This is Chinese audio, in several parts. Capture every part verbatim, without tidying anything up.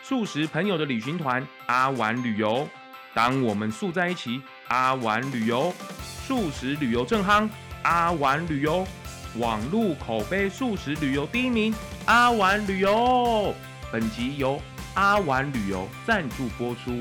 素食朋友的旅行团阿玩旅游。当我们素在一起，阿玩旅游，素食旅游正夯，阿玩旅游，网路口碑素食旅游第一名，阿玩旅游。本集由阿玩旅游赞助播出。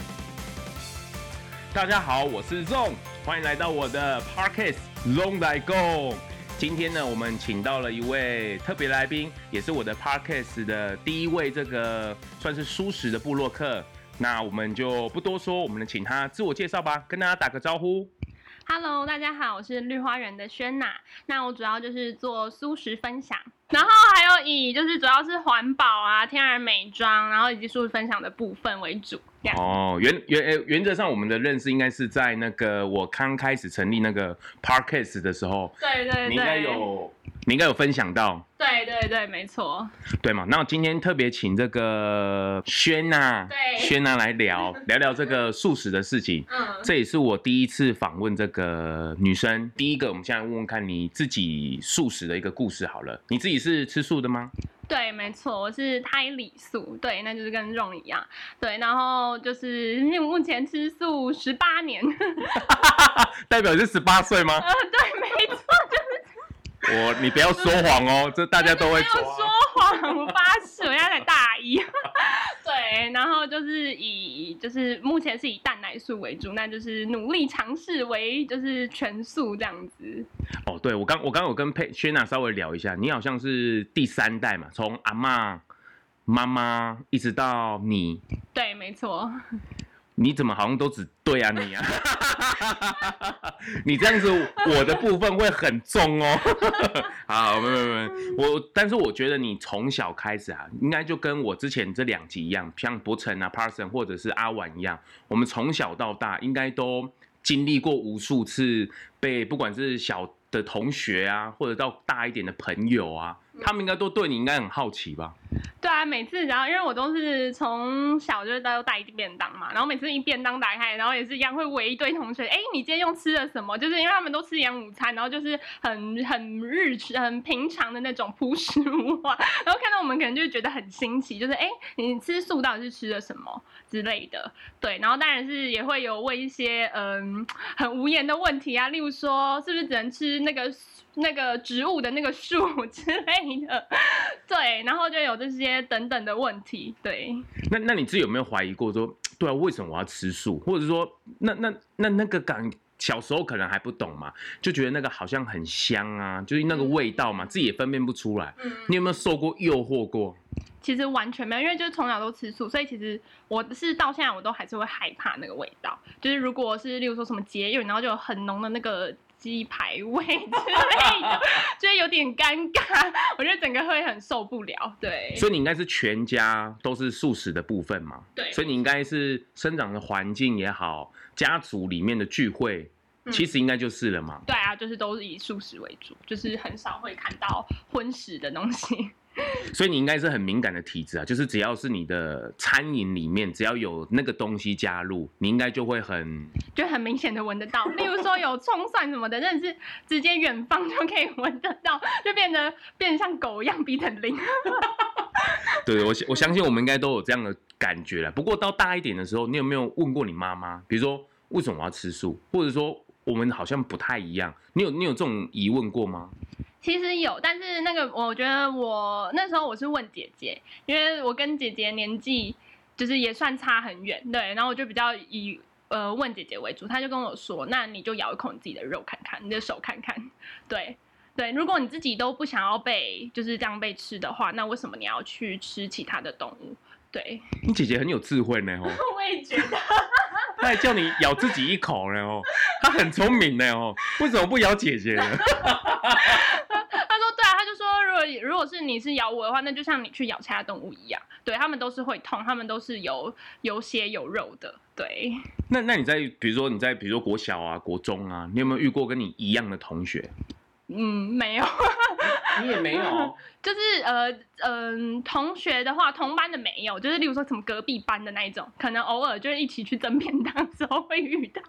大家好，我是 Zong， 欢迎来到我的 Podcast Zong 来共。今天呢，我们请到了一位特别来宾，也是我的 Podcast 的第一位这个算是蔬食的部落客。那我们就不多说，我们请他自我介绍吧，跟大家打个招呼。 Hello， 大家好，我是绿花园的轩娜。那我主要就是做蔬食分享，然后还有以就是主要是环保啊、天然美妆，然后以及蔬食分享的部分为主。 哦，原原原则上我们的认识应该是在那个我刚开始成立那个 Podcast 的时候， 对对对， 你应该有你应该有分享到。 对对对，没错。 对嘛？那我今天特别请这个轩娜， 对， 轩娜来聊聊聊这个素食的事情。嗯，这也是我第一次访问这个女生。第一个，我们现在问问看你自己素食的一个故事好了。你自己是吃素的吗？ 对，没错，我是胎里素，对，那就是跟肉一样，对，然后就是目前吃素十八年， 代表是十八岁吗？ 呃，对，没错，就是我，你不要说谎哦，这大家都会说、啊。 没有说谎，我发誓，我现在才大一。对，然后就是以就是目前是以蛋奶素为主，那就是努力尝试为就是全素这样子。 哦，对，我刚我刚有跟佩轩娜稍微聊一下，你好像是第三代嘛，从阿嬷、妈妈一直到你。 对，没错。 你怎么好像都只对啊你啊？你这样子，我的部分会很重哦。好，没有没有没有，我但是我觉得你从小开始啊，应该就跟我之前这两集一样，像博成啊、Parson 或者是阿婉一样，我们从小到大应该都经历过无数次被不管是小的同学啊，或者到大一点的朋友啊，他们应该都对你应该很好奇吧？ 对啊，每次然后因为我都是从小就都带便当嘛，然后每次一便当打开，然后也是一样会围一堆同学，哎，你今天用吃了什么？就是因为他们都吃洋午餐，然后就是很很日很平常的那种朴实无华，然后看到我们可能就觉得很新奇，就是哎，你吃素到底是吃了什么之类的？对，然后当然是也会有问一些嗯很无言的问题啊，例如说是不是只能吃那个那个植物的那个树之类的，对，然后就有这些等等的问题，对。 那那你自己有没有怀疑过说，对啊，为什么我要吃素？或者说，那那那那个感小时候可能还不懂嘛，就觉得那个好像很香啊，就是那个味道嘛，嗯、自己也分辨不出来。嗯、你有没有受过诱惑过？ 其实完全没有，因为就是从小都吃素，所以其实我是到现在我都还是会害怕那个味道。就是如果是例如说什么节日，然后就有很浓的那个鸡排味之类的，就会有点尴尬，我觉得整个会很受不了。对， 所以你应该是全家都是素食的部分嘛？ 对， 所以你应该是生长的环境也好，家族里面的聚会。其实应该就是了嘛、嗯。 对啊，就是都是以素食为主，就是很少会看到荤食的东西。 所以你应该是很敏感的体质啊，就是只要是你的餐饮里面只要有那个东西加入，你应该就会很就很明显的闻得到。例如说有葱蒜什么的，真的是直接远方就可以闻得到，就变得变得像狗一样逼很灵。 对，我我相信我们应该都有这样的感觉了。不过到大一点的时候，你有没有问过你妈妈，比如说为什么我要吃素，或者说我们好像不太一样，你有你有这种疑问过吗？ 其实有，但是那个我觉得我那时候我是问姐姐，因为我跟姐姐年纪就是也算差很远，对，然后我就比较以呃问姐姐为主，她就跟我说，那你就咬一口你自己的肉看看，你的手看看，对对，如果你自己都不想要被就是这样被吃的话，那为什么你要去吃其他的动物？对， 你姐姐很有智慧呢哦， 我也觉得。 他还叫你咬自己一口呢哦，他很聪明呢哦，为什么不咬姐姐呢？他说对啊，他就说如果如果是你是咬我的话，那就像你去咬其他动物一样，对他们都是会痛，他们都是有有血有肉的，对。 那那你在比如说你在比如说国小啊、国中啊，你有没有遇过跟你一样的同学？ 嗯，没有。 你也没有？ 就是呃嗯、呃，同学的话，同班的没有，就是例如说什么隔壁班的那一种，可能偶尔就是一起去蒸便当的时候会遇到。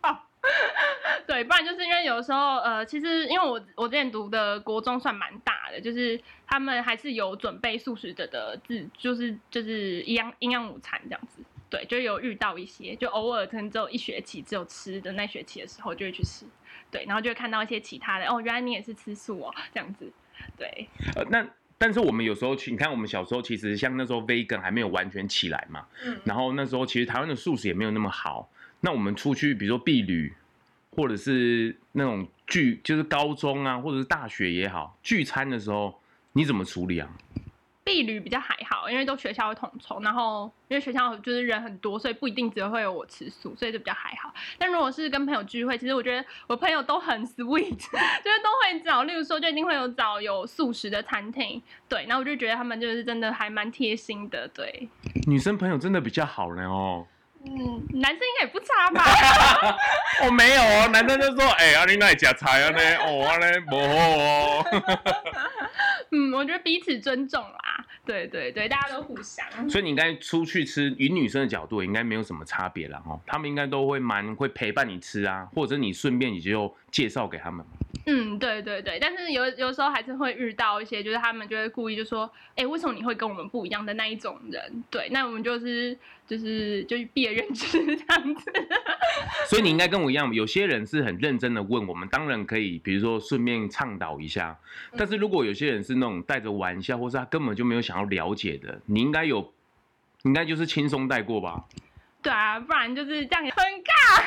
对，不然就是因为有时候，呃，其实因为我我之前读的国中算蛮大的，就是他们还是有准备素食者的自，就是就是营养营养午餐这样子。对，就有遇到一些，就偶尔可能只有一学期只有吃的那学期的时候，就会去吃。对，然后就会看到一些其他的，哦，原来你也是吃素哦，这样子。对， 呃，那但是我们有时候去，你看我们小时候其实像那时候 vegan 还没有完全起来嘛，嗯，然后那时候其实台湾的素食也没有那么好。那我们出去，比如说避旅，或者是那种聚，就是高中啊，或者是大学也好，聚餐的时候，你怎么处理啊？ 避旅比较还好，因为都学校会统筹，然后因为学校就是人很多，所以不一定只会有我吃素，所以就比较还好。但如果是跟朋友聚会，其实我觉得我朋友都很 sweet， 就是都会找，例如说就一定会有找有素食的餐厅，对，然后我就觉得他们就是真的还蛮贴心的，对。 女生朋友真的比较好呢哦。 嗯，男生应该也不差吧？ 哦，没有哦，男生就说，哎、欸，啊，你哪吃菜啊呢？哦，啊呢，不好哦。 嗯，我觉得彼此尊重啦，对对对，大家都互相。 所以你应该出去吃，以女生的角度，应该没有什么差别啦哦。他们应该都会蛮会陪伴你吃啊，或者你顺便你就介绍给他们。 嗯，对对对，但是有有时候还是会遇到一些，就是他们就会故意就说，哎，为什么你会跟我们不一样的那一种人？对，那我们就是就是就是避而远之这样子。 所以你应该跟我一样，有些人是很认真的问我们，当然可以，比如说顺便倡导一下。但是如果有些人是那种带着玩笑，或是他根本就没有想要了解的，你应该有，应该就是轻松带过吧？ 对啊，不然就是这样很尬。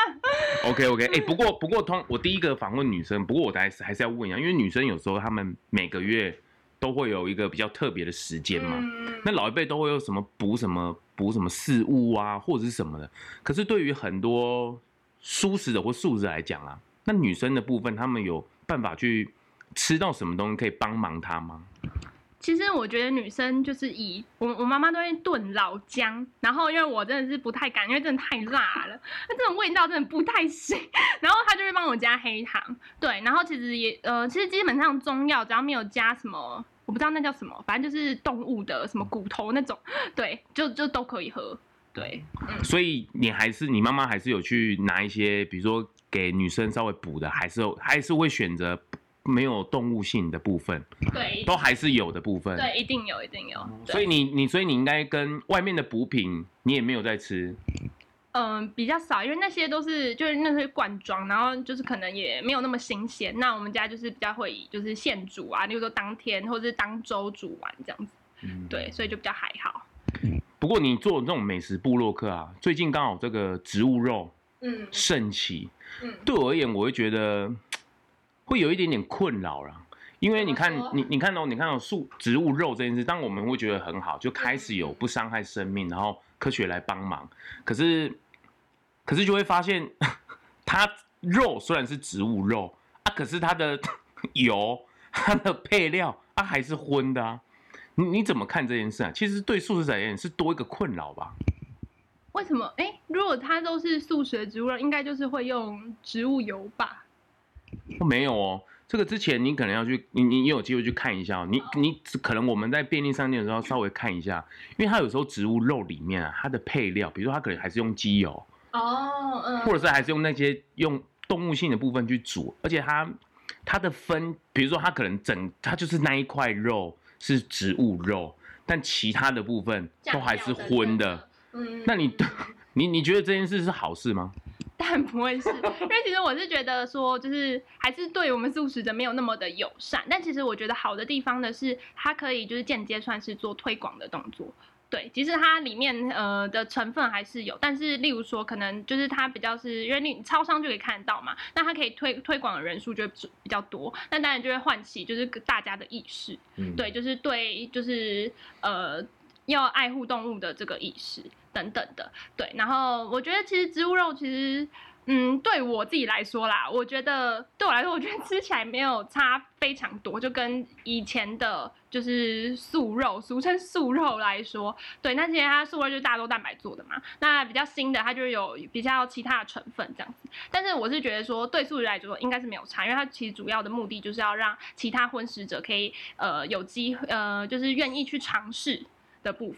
OK OK， 哎、欸，不过不过通我第一个访问女生，不过我还是还是要问一下，因为女生有时候她们每个月都会有一个比较特别的时间嘛，嗯、那老一辈都会有什么补什么补什么事物啊，或者是什么的。可是对于很多蔬食的或素食来讲啊，那女生的部分，她们有办法去吃到什么东西可以帮忙她吗？ 其实我觉得女生就是以我我妈妈都会炖老姜，然后因为我真的是不太敢，因为真的太辣了，那这种味道真的不太行。然后她就会帮我加黑糖，对，然后其实也呃，其实基本上中药只要没有加什么，我不知道那叫什么，反正就是动物的什么骨头那种，对，就就都可以喝。对， 嗯、所以你还是你妈妈还是有去拿一些，比如说给女生稍微补的，还是还是会选择没有动物性的部分， 对， 都还是有的部分， 对，一定有，一定有。 所以你你所以你应该跟外面的补品，你也没有在吃。 嗯，比较少，因为那些都是就是那些罐装，然后就是可能也没有那么新鲜。那我们家就是比较会以就是现煮啊，例如说当天或者是当周煮完这样子，嗯、对，所以就比较还好。 不过你做这种美食部落客啊，最近刚好这个植物肉嗯盛起，嗯，对我而言，我会觉得会有一点点困扰啦。因为你看，你你看到、哦、你看到素植物肉这件事，当我们会觉得很好，就开始有不伤害生命，然后科学来帮忙。可是，可是就会发现，它肉虽然是植物肉啊，可是它的油、它的配料啊还是荤的啊。你你怎么看这件事啊？其实对素食者而言是多一个困扰吧？ 为什么？哎，如果它都是素食的植物肉，应该就是会用植物油吧？ 没有哦。这个之前你可能要去，你你有机会去看一下、哦，你你可能我们在便利商店的时候稍微看一下，因为它有时候植物肉里面啊，它的配料，比如说它可能还是用鸡油哦，嗯，或者是还是用那些用动物性的部分去煮，而且它它的分，比如说它可能整它就是那一块肉是植物肉，但其他的部分都还是荤的，嗯，那你你你觉得这件事是好事吗？ 当然不会是，因为其实我是觉得说，就是还是对我们素食者没有那么的友善。但其实我觉得好的地方的是，它可以就是间接算是做推广的动作。对，其实它里面呃的成分还是有，但是例如说可能就是它比较是因为你超商就可以看得到嘛，那它可以推推广的人数就比较多，那当然就会唤起就是大家的意识，嗯、对，就是对就是呃要爱护动物的这个意识。等等的，对，然后我觉得其实植物肉其实，嗯，对我自己来说啦，我觉得对我来说，我觉得吃起来没有差非常多，就跟以前的就是素肉，俗称素肉来说，对，那其实它素肉就是大豆蛋白做的嘛，那比较新的它就有比较其他的成分这样子，但是我是觉得说对素食来说应该是没有差，因为它其实主要的目的就是要让其他荤食者可以呃有机呃就是愿意去尝试的部分。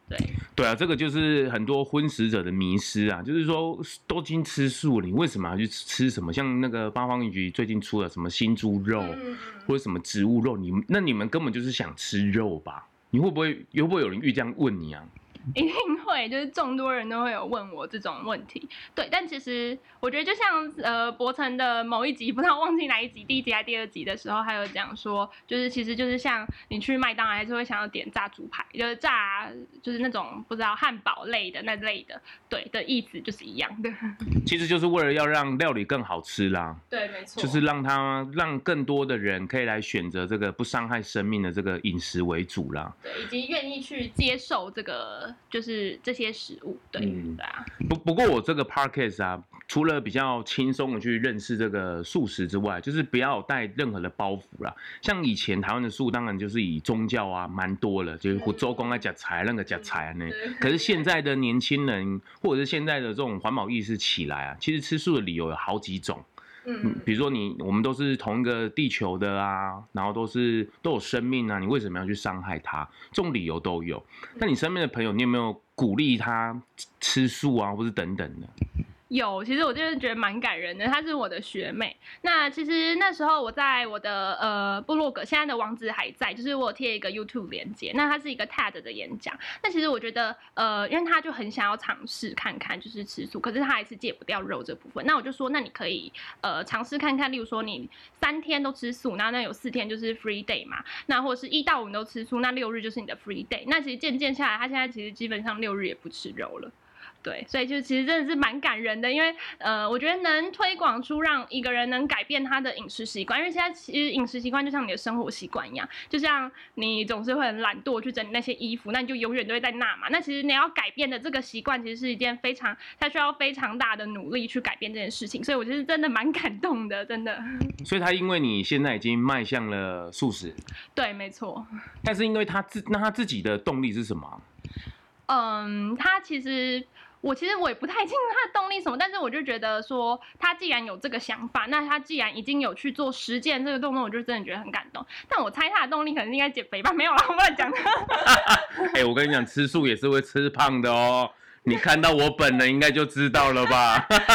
对对啊，这个就是很多荤食者的迷失啊，就是说都已经吃素了，你为什么要去吃什么？像那个八方云集最近出了什么新猪肉，嗯、或者什么植物肉，你那你们根本就是想吃肉吧？你会不会会不会有人遇这样问你啊？ 一定会，就是众多人都会有问我这种问题，对。但其实我觉得，就像呃博成的某一集，不知道忘记哪一集，第一集还是第二集的时候，还有讲说，就是其实就是像你去麦当劳，还是会想要点炸猪排，就是炸就是那种不知道汉堡类的那类的，对的意思就是一样的。 其实就是为了要让料理更好吃啦。 对，没错。 就是让它让更多的人可以来选择这个不伤害生命的这个饮食为主啦。 对，以及愿意去接受这个。就是这些食物，对、嗯、对啊。 不不过我这个 podcast 啊，除了比较轻松的去认识这个素食之外，就是不要带任何的包袱啦。像以前台湾的素，当然就是以宗教啊，蛮多了，就是周公在讲财，那个讲财呢。可是现在的年轻人，或者是现在的这种环保意识起来啊，其实吃素的理由有好几种。嗯，比如说你，我们都是同一个地球的啊，然后都是都有生命啊，你为什么要去伤害它？这种理由都有。那你身边的朋友，你有没有鼓励他吃素啊，或是等等的？ 有，其实我真的觉得蛮感人的。她是我的学妹。那其实那时候我在我的呃部落格，现在的网址还在，就是我有贴一个 YouTube 连结。那它是一个 T E D 的演讲。那其实我觉得呃，因为他就很想要尝试看看，就是吃素，可是他还是戒不掉肉这部分。那我就说，那你可以呃尝试看看，例如说你三天都吃素，然后那有四天就是 free day 嘛，那或者是一到五你都吃素，那六日就是你的 free day。那其实渐渐下来，他现在其实基本上六日也不吃肉了。对，所以就其实真的是蛮感人的，因为呃，我觉得能推广出让一个人能改变他的饮食习惯，因为现在其实饮食习惯就像你的生活习惯一样，就像你总是会很懒惰去整理那些衣服，那你就永远都会在那嘛。那其实你要改变的这个习惯，其实是一件非常，它需要非常大的努力去改变这件事情，所以我觉得真的蛮感动的，真的。 所以他因为你现在已经迈向了素食， 对，没错。 但是因为他自那他自己的动力是什么？ 嗯，他其实。我其实我也不太清楚他的动力什么，但是我就觉得说，他既然有这个想法，那他既然已经有去做实践这个动作，我就真的觉得很感动。但我猜他的动力可能应该减肥吧，没有啦，我乱讲的。 哎、欸，我跟你讲，吃素也是会吃胖的哦。你看到我本人应该就知道了吧？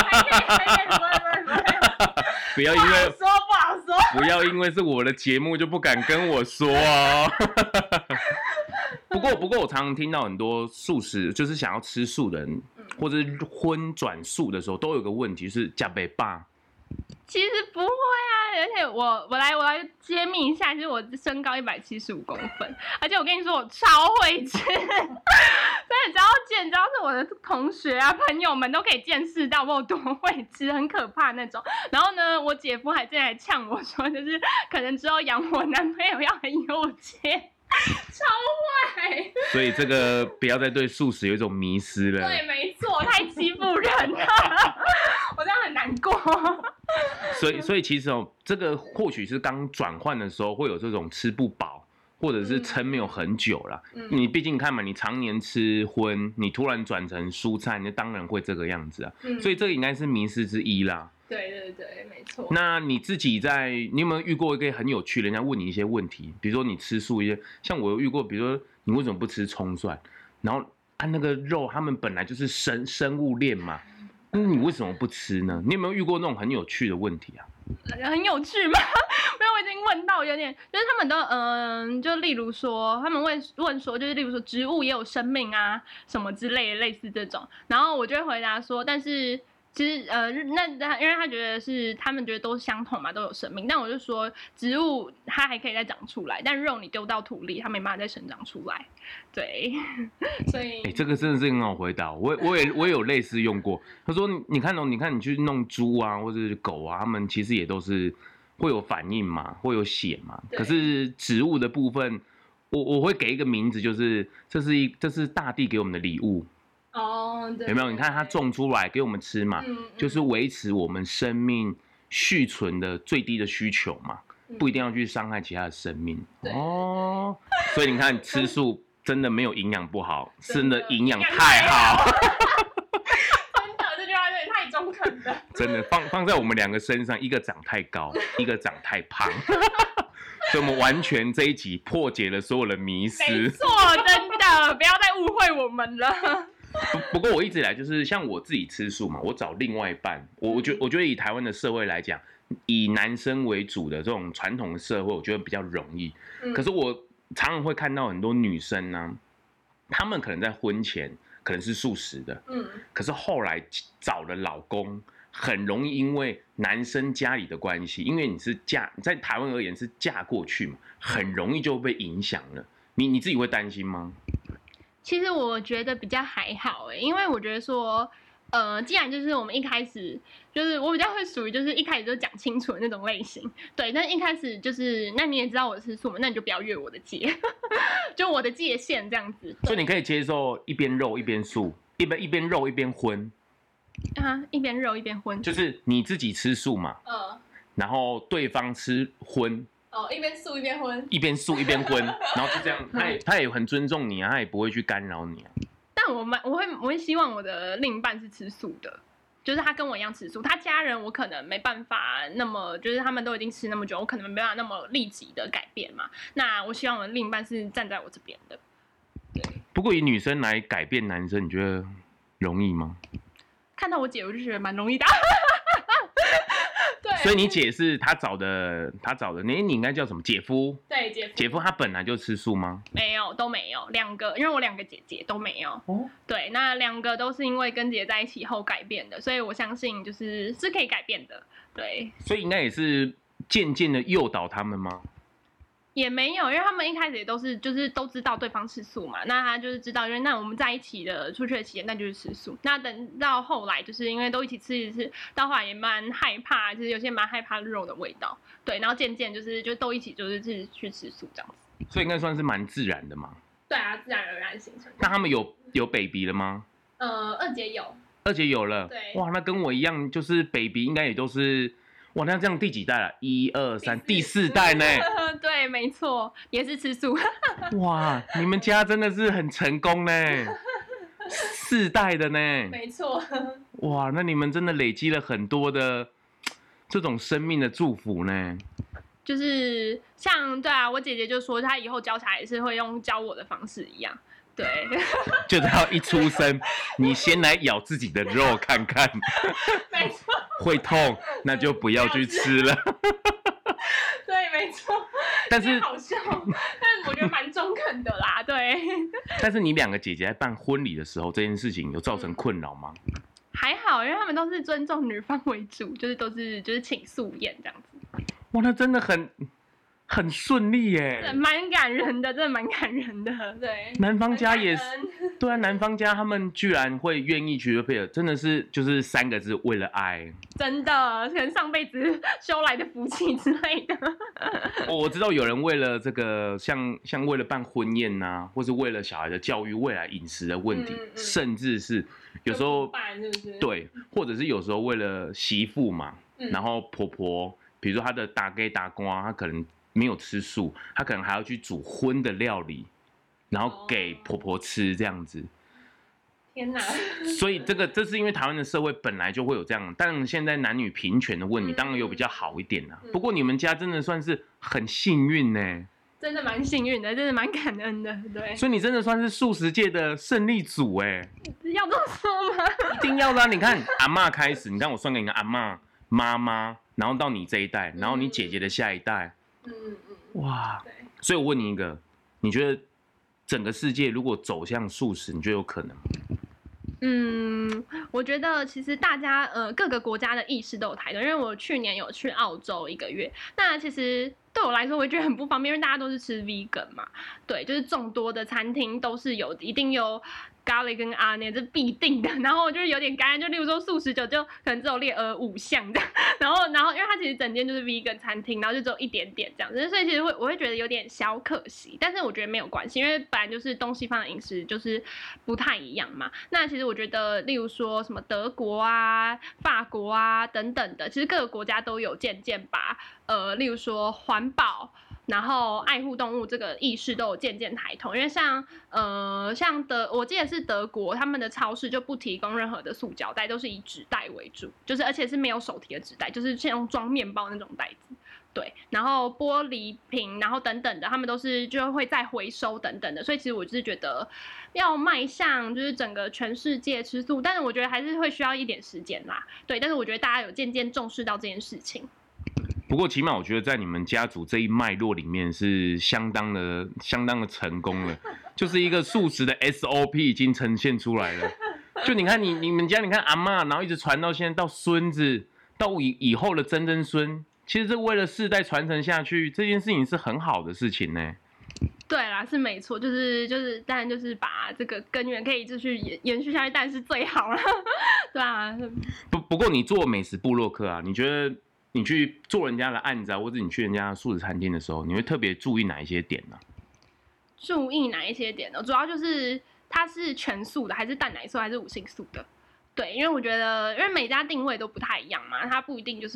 不要因为说不好说， 不要因为是我的节目就不敢跟我说哦。不过，不过我常常听到很多素食，就是想要吃素的人，或者是荤转素的时候，都有个问题是吃不饱。 其实不会啊，而且我我来我来揭秘一下，其实我身高一百七十五公分，而且我跟你说我超会吃，所以只要见，只要是我的同学啊朋友们都可以见识到我有多会吃，很可怕那种。然后呢，我姐夫还进来呛我说，就是可能之后养我男朋友要很有钱。超坏， 所以这个不要再对素食有一种迷思了。 对，没错，太欺负人了，我这样很难过。 所以，所以其实哦，这个或许是刚转换的时候会有这种吃不饱，或者是撑没有很久啦。嗯、你毕竟看嘛，你常年吃荤，你突然转成蔬菜，那当然会这个样子啊。嗯、所以这个应该是迷思之一啦。 对对对，没错。 那你自己在，你有没有遇过一个很有趣的，人家问你一些问题，比如说你吃素一些，像我有遇过，比如说你为什么不吃葱蒜，然后按、啊、那个肉，他们本来就是生生物链嘛，那你为什么不吃呢？你有没有遇过那种很有趣的问题啊？ 很有趣吗？没有，我已经问到有点，就是他们都嗯，就例如说，他们会问说，就是例如说植物也有生命啊，什么之类的，类似这种，然后我就会回答说，但是。其实呃，那因为他觉得是他们觉得都相同嘛，都有生命。但我就说，植物它还可以再长出来，但肉你丢到土里，它没办法再生长出来。对，所以哎、欸，这个真的是很好回答。我我也我也有类似用过。他说，你看哦，你看你去弄猪啊，或者是狗啊，他们其实也都是会有反应嘛，会有血嘛。可是植物的部分，我我会给一个名字，就是这是一这是大地给我们的礼物。 哦，对， 有没有？你看它种出来给我们吃嘛，嗯嗯、就是维持我们生命续存的最低的需求嘛，嗯、不一定要去伤害其他的生命。哦，所以你看吃素真的没有营养不好，真的营养太好。 真的，这句话有点太中肯了。 真的放放在我们两个身上，一个长太高，一个长太胖。所以我们完全这一集破解了所有的迷思。 没错，真的。 的，不要再误会我们了。 不不过我一直以来就是像我自己吃素嘛，我找另外一半，我我觉我觉得以台湾的社会来讲，以男生为主的这种传统的社会，我觉得比较容易。嗯、可是我常常会看到很多女生呢、啊，她们可能在婚前可能是素食的，嗯，可是后来找了老公，很容易因为男生家里的关系，因为你是嫁在台湾而言是嫁过去嘛，很容易就被影响了。你你自己会担心吗？ 其实我觉得比较还好哎，因为我觉得说，呃，既然就是我们一开始就是我比较会属于就是一开始就讲清楚的那种类型，对，但一开始就是那你也知道我是素嘛，那你就不要越我的界，就我的界限这样子。 所以你可以接受一边肉一边素，一边一边肉一边荤。 啊，一边肉一边荤， 就是你自己吃素嘛，嗯，然后对方吃荤。 哦，一边素一边荤， 一边素一边荤，然后就这样，他也他也很尊重你啊，他也不会去干扰你啊。 但我蛮我会我会希望我的另一半是吃素的，就是他跟我一样吃素。他家人我可能没办法那么，就是他们都已经吃那么久，我可能没办法那么立即的改变嘛。那我希望我的另一半是站在我这边的。对。 不过以女生来改变男生，你觉得容易吗？ 看到我姐，我就觉得蛮容易的。 所以你姐是她找的，她找的，你你应该叫什么姐夫？ 对，姐夫。 姐夫他本来就吃素吗？ 没有，都没有，两个，因为我两个姐姐都没有。哦。对，那两个都是因为跟姐在一起后改变的，所以我相信就是是可以改变的。对。所以应该也是渐渐的诱导他们吗？ 也没有，因为他们一开始也都是就是都知道对方吃素嘛，那他就是知道，因为那我们在一起的出去的期间，那就是吃素。那等到后来，就是因为都一起吃一吃，到后来也蛮害怕，就是有些蛮害怕肉的味道，对，然后渐渐就是就都一起就是去去吃素这样子。 所以应该算是蛮自然的嘛。 对啊，自然而然形成。 那他们有有 baby 了吗？ 呃，二姐有。 二姐有了。 对。 哇，那跟我一样，就是 baby 应该也都是。哇，那这样第几代了？一二三，第四代呢？ 对，没错，也是吃素。 哇，你们家真的是很成功呢，四代的呢。 没错。 哇，那你们真的累积了很多的这种生命的祝福呢。 就是像对啊，我姐姐就说她以后教起来也是会用教我的方式一样。对， 就是要一出生，你先来咬自己的肉看看， 没错， 会痛那就不要去吃了。 对，没错。 但是好笑，但我觉得蛮中肯的啦。对。 但是你两个姐姐在办婚礼的时候，这件事情有造成困扰吗？ 还好，因为他们都是尊重女方为主，就是都是就是请素宴这样子。 哇，那真的很。很顺利耶， 蛮感人的，真的蛮感人的。对， 男方家也是，对啊，男方家他们居然会愿意娶配偶，真的是就是三个字，为了爱。 真的，可能上辈子修来的福气之类的。 我知道有人为了这个，像像为了办婚宴呐、啊，或是为了小孩的教育、未来饮食的问题，嗯嗯、甚至是有时候办是不是？ 对，或者是有时候为了媳妇嘛，嗯、然后婆婆，比如说她的打给打瓜，她可能。没有吃素，她可能还要去煮荤的料理，然后给婆婆吃这样子。 天哪！ 所以这个这是因为台湾的社会本来就会有这样，但现在男女平权的问题、嗯、当然有比较好一点啦、嗯。不过你们家真的算是很幸运呢， 真的蛮幸运的，真的蛮感恩的，对。 所以你真的算是素食界的胜利组哎， 要这么说吗？ 一定要的、啊。你看阿嬷开始，你看我算给你个阿嬷、妈妈，然后到你这一代，然后你姐姐的下一代。嗯嗯，哇，对，所以我问你一个，你觉得整个世界如果走向素食，你觉得有可能吗？ 嗯，我觉得其实大家呃各个国家的意识都有抬头，因为我去年有去澳洲一个月，那其实对我来说，我觉得很不方便，因为大家都是吃 vegan 嘛，对，就是众多的餐厅都是有一定有。咖喱跟阿内这必定的，然后我就有点干，就例如说素食酒就可能只有列呃五项这样，然后然后因为它其实整间就是 vegan 餐厅，然后就只有一点点这样子，所以其实会我会觉得有点小可惜，但是我觉得没有关系，因为本来就是东西方的饮食就是不太一样嘛。那其实我觉得，例如说什么德国啊、法国啊等等的，其实各个国家都有渐渐把呃，例如说环保。然后爱护动物这个意识都有渐渐抬头，因为像呃像德，我记得是德国，他们的超市就不提供任何的塑胶袋，都是以纸袋为主，就是而且是没有手提的纸袋，就是像装面包那种袋子。 对，然后玻璃瓶，然后等等的，他们都是就会再回收等等的，所以其实我就是觉得要迈向就是整个全世界吃素，但是我觉得还是会需要一点时间啦，对，但是我觉得大家有渐渐重视到这件事情。 不过起码我觉得在你们家族这一脉络里面是相当的、相当的成功了，就是一个素食的 S O P 已经呈现出来了。就你看你你们家，你看阿嬷，然后一直传到现在到孙子，到以以后的曾曾孙，其实这为了世代传承下去，这件事情是很好的事情呢。 对啦，是没错，就是就是，当然就是把这个根源可以继续延延续下去，但是最好了，对啊。 不不过你做美食部落客啊，你觉得你去做人家的案子啊，或者你去人家的素食餐厅的时候，你会特别注意哪一些点呢、啊？ 注意哪一些点呢？主要就是它是全素的，还是蛋奶素，还是五星素的？对，因为我觉得，因为每家定位都不太一样嘛，它不一定就是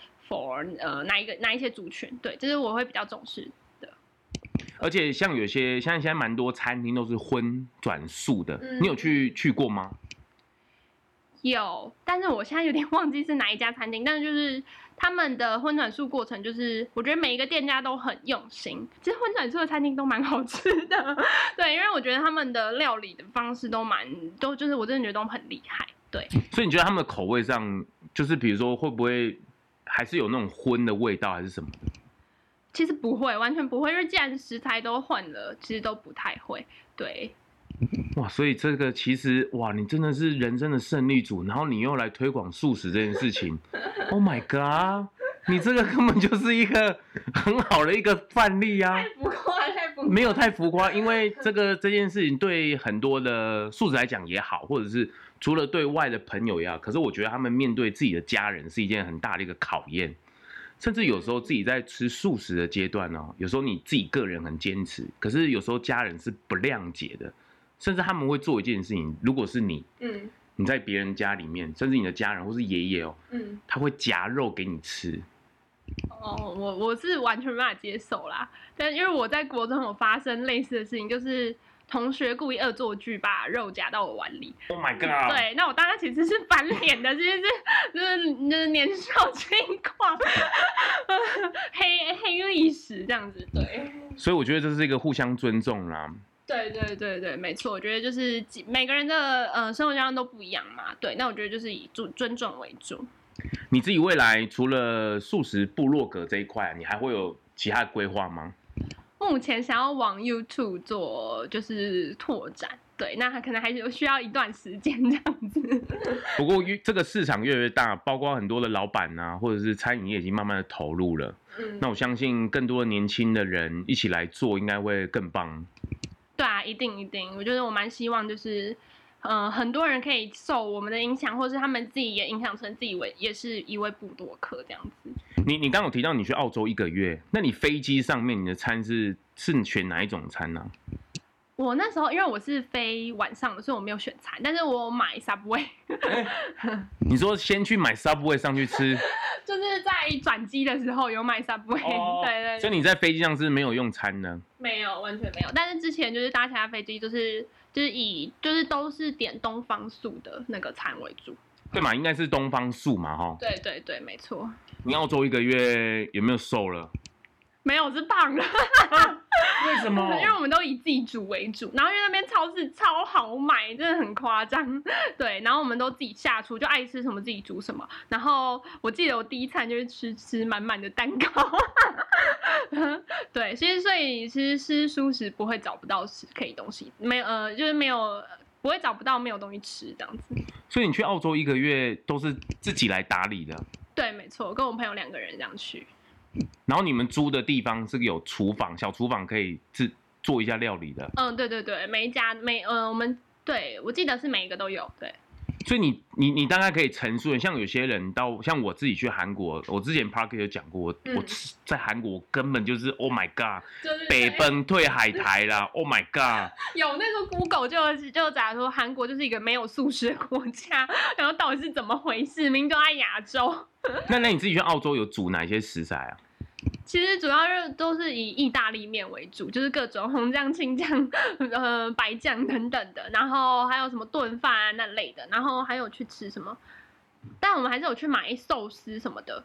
for 呃哪一个哪一些族群，对，这是我会比较重视的。 而且像有些，像现在蛮多餐厅都是荤转素的， 嗯、 你有去去过吗？ 有，但是我现在有点忘记是哪一家餐厅，但是就是他们的荤转素过程，就是我觉得每一个店家都很用心。其实荤转素的餐厅都蛮好吃的，对，因为我觉得他们的料理的方式都蛮，都就是我真的觉得都很厉害，对。 所以你觉得他们的口味上，就是比如说会不会还是有那种荤的味道，还是什么的？ 其实不会，完全不会，因为既然食材都换了，其实都不太会，对。 哇，所以这个其实哇，你真的是人生的胜利组，然后你又来推广素食这件事情，Oh my god， 你这个根本就是一个很好的一个范例啊！ 太浮夸，太浮夸， 没有太浮夸，因为这个这件事情对很多的素食来讲也好，或者是除了对外的朋友也好，可是我觉得他们面对自己的家人是一件很大的一个考验。甚至有时候自己在吃素食的阶段哦，有时候你自己个人很坚持，可是有时候家人是不谅解的。甚至他们会做一件事情，如果是你，嗯，你在别人家里面，甚至你的家人或是爷爷哦，嗯，他会夹肉给你吃。 哦，我我是完全没办法接受啦，但因为我在国中有发生类似的事情，就是同学故意恶作剧把肉夹到我碗里。 Oh my god！ 对，那我当时其实是翻脸的，其实是就是就是年少轻狂，黑黑历史这样子，对。 所以我觉得这是一个互相尊重啦。 对对对对，没错，我觉得就是每个人的呃生活状况都不一样嘛，对，那我觉得就是以尊尊重为主。 你自己未来除了素食部落格这一块，你还会有其他的规划吗？ 目前想要往 YouTube 做就是拓展，对，那可能还是有需要一段时间这样子。 不过这个市场越来越大，包括很多的老板啊，或者是餐饮业已经慢慢的投入了。嗯，那我相信更多的年轻的人一起来做，应该会更棒。 对啊，一定一定，我觉得我蛮希望就是，呃，很多人可以受我们的影响，或是他们自己也影响成自己为也是一位部落客这样子。 你你刚刚有提到你去澳洲一个月，那你飞机上面你的餐是是你选哪一种餐呢、啊？ 我那时候因为我是飞晚上的，所以我没有选餐，但是我买 Subway、欸。 你说先去买 Subway 上去吃？ 就是在转机的时候有买 Subway，、哦、对, 对对。 所以你在飞机上是没有用餐的？ 没有，完全没有。但是之前就是搭其他飞机，就是就是以就是都是点东方素的那个餐为主。 对嘛，应该是东方素嘛，哈。 对对对，没错。 你澳洲一个月有没有瘦了？ 没有，是胖了。 为什么？ 因为我们都以自己煮为主，然后因为那边超市超好买，真的很夸张。对，然后我们都自己下厨，就爱吃什么自己煮什么。然后我记得我第一餐就是吃吃满满的蛋糕。对，其实所以其实吃蔬食不会找不到吃可以东西，没有呃就是没有不会找不到没有东西吃这样子。 所以你去澳洲一个月都是自己来打理的？ 对，没错，跟我朋友两个人这样去。 然后你们租的地方是有厨房，小厨房可以自做一下料理的。 嗯，对对对，每一家每呃我们对我记得是每一个都有。对， 所以你你你大概可以陈述，像有些人到像我自己去韩国，我之前 Parker 有讲过，我、嗯、我在韩国根本就是 Oh my God， 北奔退海苔啦，Oh my God。 有那时候 Google 就就假如说韩国就是一个没有素食的国家，然后到底是怎么回事？明明都在亚洲。 那那你自己去澳洲有煮哪些食材啊？ 其实主要是都是以意大利面为主，就是各种红酱、青酱、呃白酱等等的，然后还有什么炖饭啊那类的，然后还有去吃什么，但我们还是有去买寿司什么的。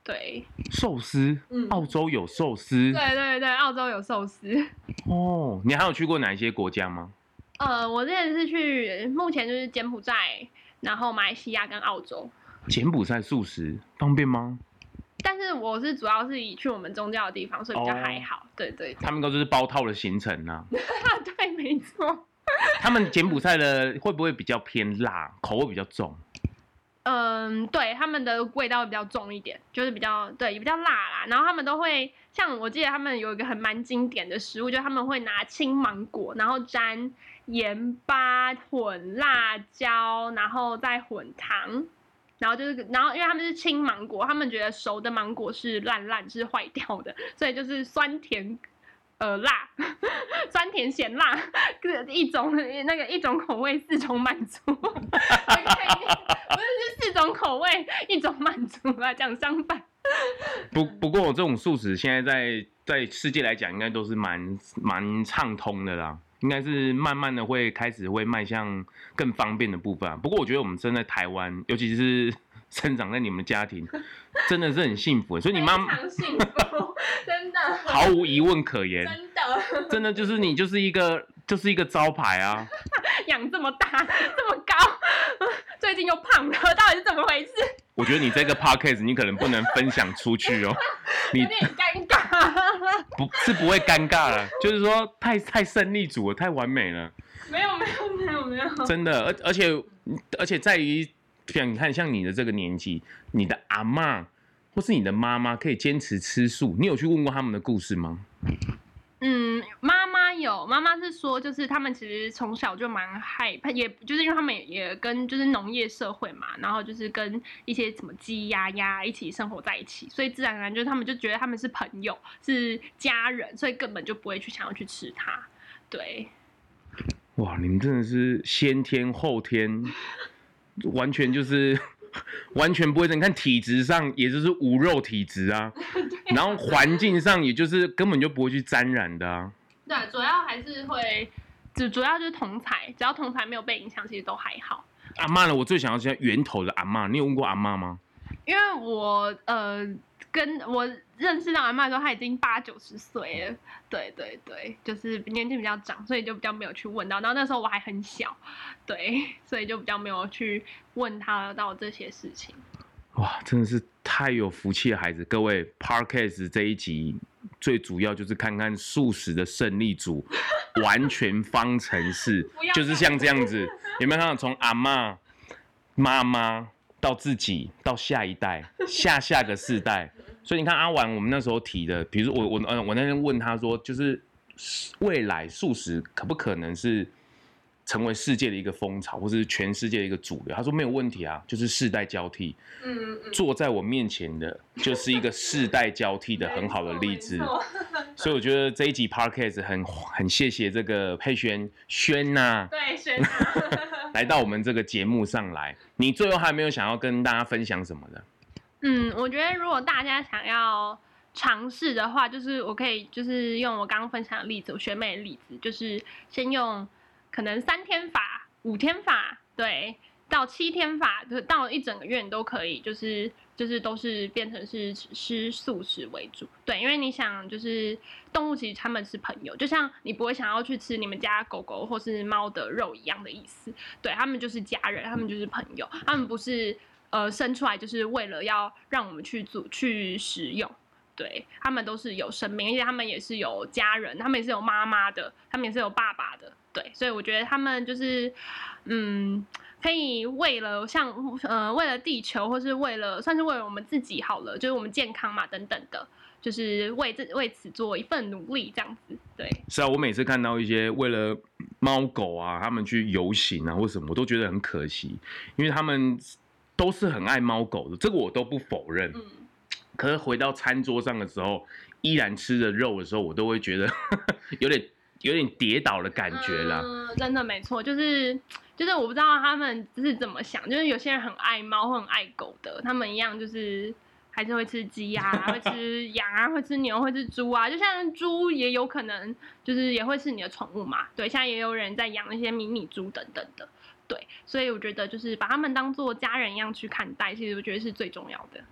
对， 寿司， 嗯澳洲有寿司， 对对对，澳洲有寿司。 哦，你还有去过哪一些国家吗？ 呃，我之前是去，目前就是柬埔寨，然后马来西亚跟澳洲。 柬埔寨素食方便吗？ 但是我是主要是以去我们宗教的地方，所以比较还好。哦、对对对， 他们都是包套的行程呐、 啊。对，没错。 他们柬埔寨的会不会比较偏辣，口味比较重？ 嗯，对，他们的味道比较重一点，就是比较对，比较辣啦。然后他们都会，像我记得他们有一个很蛮经典的食物，就是他们会拿青芒果，然后沾盐巴混辣椒，然后再混糖。然后就是，然后因为他们是青芒果，他们觉得熟的芒果是烂烂，是坏掉的，所以就是酸甜，呃辣，酸甜咸辣，一种那个一种口味四种满足，不是是四种口味一种满足啦，讲相反。 不不过我这种素食现在在在世界来讲，应该都是蛮蛮畅通的啦。应该是慢慢的会开始会迈向更方便的部分、啊。不过我觉得我们生在台湾，尤其是生长在你们的家庭，真的是很幸福。所以你妈非常幸福，真的毫无疑问可言。 真的， 真的就是你就是一个就是一个招牌啊！ 养这么大这么高，最近又胖了，到底是怎么回事？ 我觉得你这个 podcast 你可能不能分享出去哦，你有点尴尬。 不是不会尴尬了，就是说太太胜利组了，太完美了。 没有没有没有没有， 真的，而而且而且在于，像你看，像你的这个年纪，你的阿嬷或是你的妈妈可以坚持吃素，你有去问过他们的故事吗？ 嗯，妈妈有，妈妈是说，就是他们其实从小就蛮害怕，也就是因为他们也跟就是农业社会嘛，然后就是跟一些什么鸡鸭鸭一起生活在一起，所以自然而然就是他们就觉得他们是朋友，是家人，所以根本就不会去想要去吃它。对， 哇，你们真的是先天后天，完全就是完全不会。你看体质上，也就是无肉体质啊。然后环境上，也就是根本就不会去沾染的啊。 对，主要还是会，主主要就是同才，只要同才没有被影响，其实都还好。 阿嬷呢？我最想要知道源头的阿嬷，你有问过阿嬷吗？ 因为我呃，跟我认识到阿嬷的时候，她已经八九十岁了。对对对，就是年纪比较长，所以就比较没有去问到。然后那时候我还很小，对，所以就比较没有去问她到这些事情。 哇，真的是太有福气的孩子！各位 ，Podcast 这一集最主要就是看看素食的胜利组完全方程式，就是像这样子，有没有看到从阿嬷、妈妈到自己到下一代、下下个世代？所以你看阿婉，我们那时候提的，比如说我我我那天问他说，就是未来素食可不可能是成为世界的一个风潮，或是全世界的一个主流？他说没有问题啊，就是世代交替。嗯嗯，坐在我面前的就是一个世代交替的很好的例子。所以我觉得这一集 podcast 很很谢谢这个佩萱萱呐， 对萱来到我们这个节目上来。你最后还没有想要跟大家分享什么的？ 嗯，我觉得如果大家想要尝试的话，就是我可以就是用我刚刚分享的例子，我学妹的例子，就是先用可能三天法、五天法，对，到七天法，就到一整个月你都可以，就是就是都是变成是吃素食为主，对，因为你想就是动物其实他们是朋友，就像你不会想要去吃你们家狗狗或是猫的肉一样的意思，对，他们就是家人，他们就是朋友，他们不是呃生出来就是为了要让我们去做去食用。对，他们都是有生命，而且他们也是有家人，他们也是有妈妈的，他们也是有爸爸的，对，所以我觉得他们就是，嗯，可以为了像呃为了地球，或是为了算是为了我们自己好了，就是我们健康嘛等等的，就是为这为此做一份努力这样子，对。 是啊，我每次看到一些为了猫狗啊，他们去游行啊或什么，我都觉得很可惜，因为他们都是很爱猫狗的，这个我都不否认。嗯。可是回到餐桌上的时候，依然吃着肉的时候，我都会觉得呵呵有点有点跌倒的感觉啦。 嗯，真的没错，就是就是我不知道他们是怎么想，就是有些人很爱猫或很爱狗的，他们一样就是还是会吃鸡啊，会吃羊啊，会吃牛，会吃猪啊，就像猪也有可能就是也会是你的宠物嘛。对，现在也有人在养那些迷你猪等等的。对，所以我觉得就是把他们当做家人一样去看待，其实我觉得是最重要的。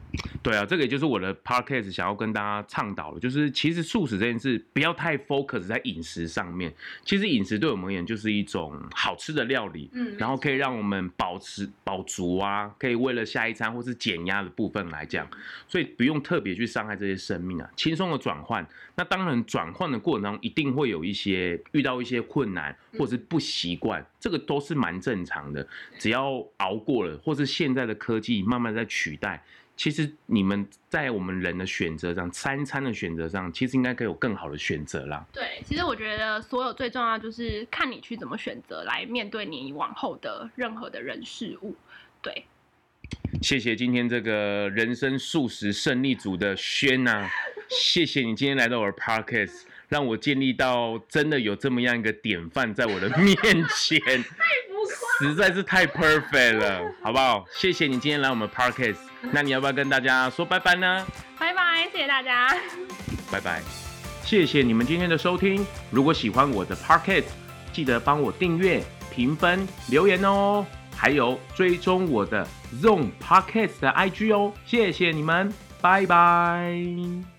对啊，这个也就是我的 podcast 想要跟大家倡导的，就是其实素食这件事不要太 focus 在饮食上面。其实饮食对我们而言就是一种好吃的料理，嗯，然后可以让我们保持饱足啊，可以为了下一餐或是减压的部分来讲，所以不用特别去伤害这些生命啊，轻松的转换。那当然转换的过程中一定会有一些遇到一些困难或是不习惯，这个都是蛮正常的。只要熬过了，或是现在的科技慢慢在取代。其实你们在我们人的选择上，三餐的选择上，其实应该可以有更好的选择啦。 对，其实我觉得所有最重要就是看你去怎么选择来面对你往后的任何的人事物。对， 谢谢今天这个人生素食胜利组的轩啊，谢谢你今天来到我的 podcast， 让我建立到真的有这么样一个典范在我的面前。实在是太 perfect 了，好不好？谢谢你今天来我们 podcast， 那你要不要跟大家说拜拜呢？ 拜拜，谢谢大家， 拜拜，谢谢你们今天的收听。如果喜欢我的 podcast， 记得帮我订阅、评分、留言哦，还有追踪我的 Zone Podcast 的 I G 哦，谢谢你们，拜拜。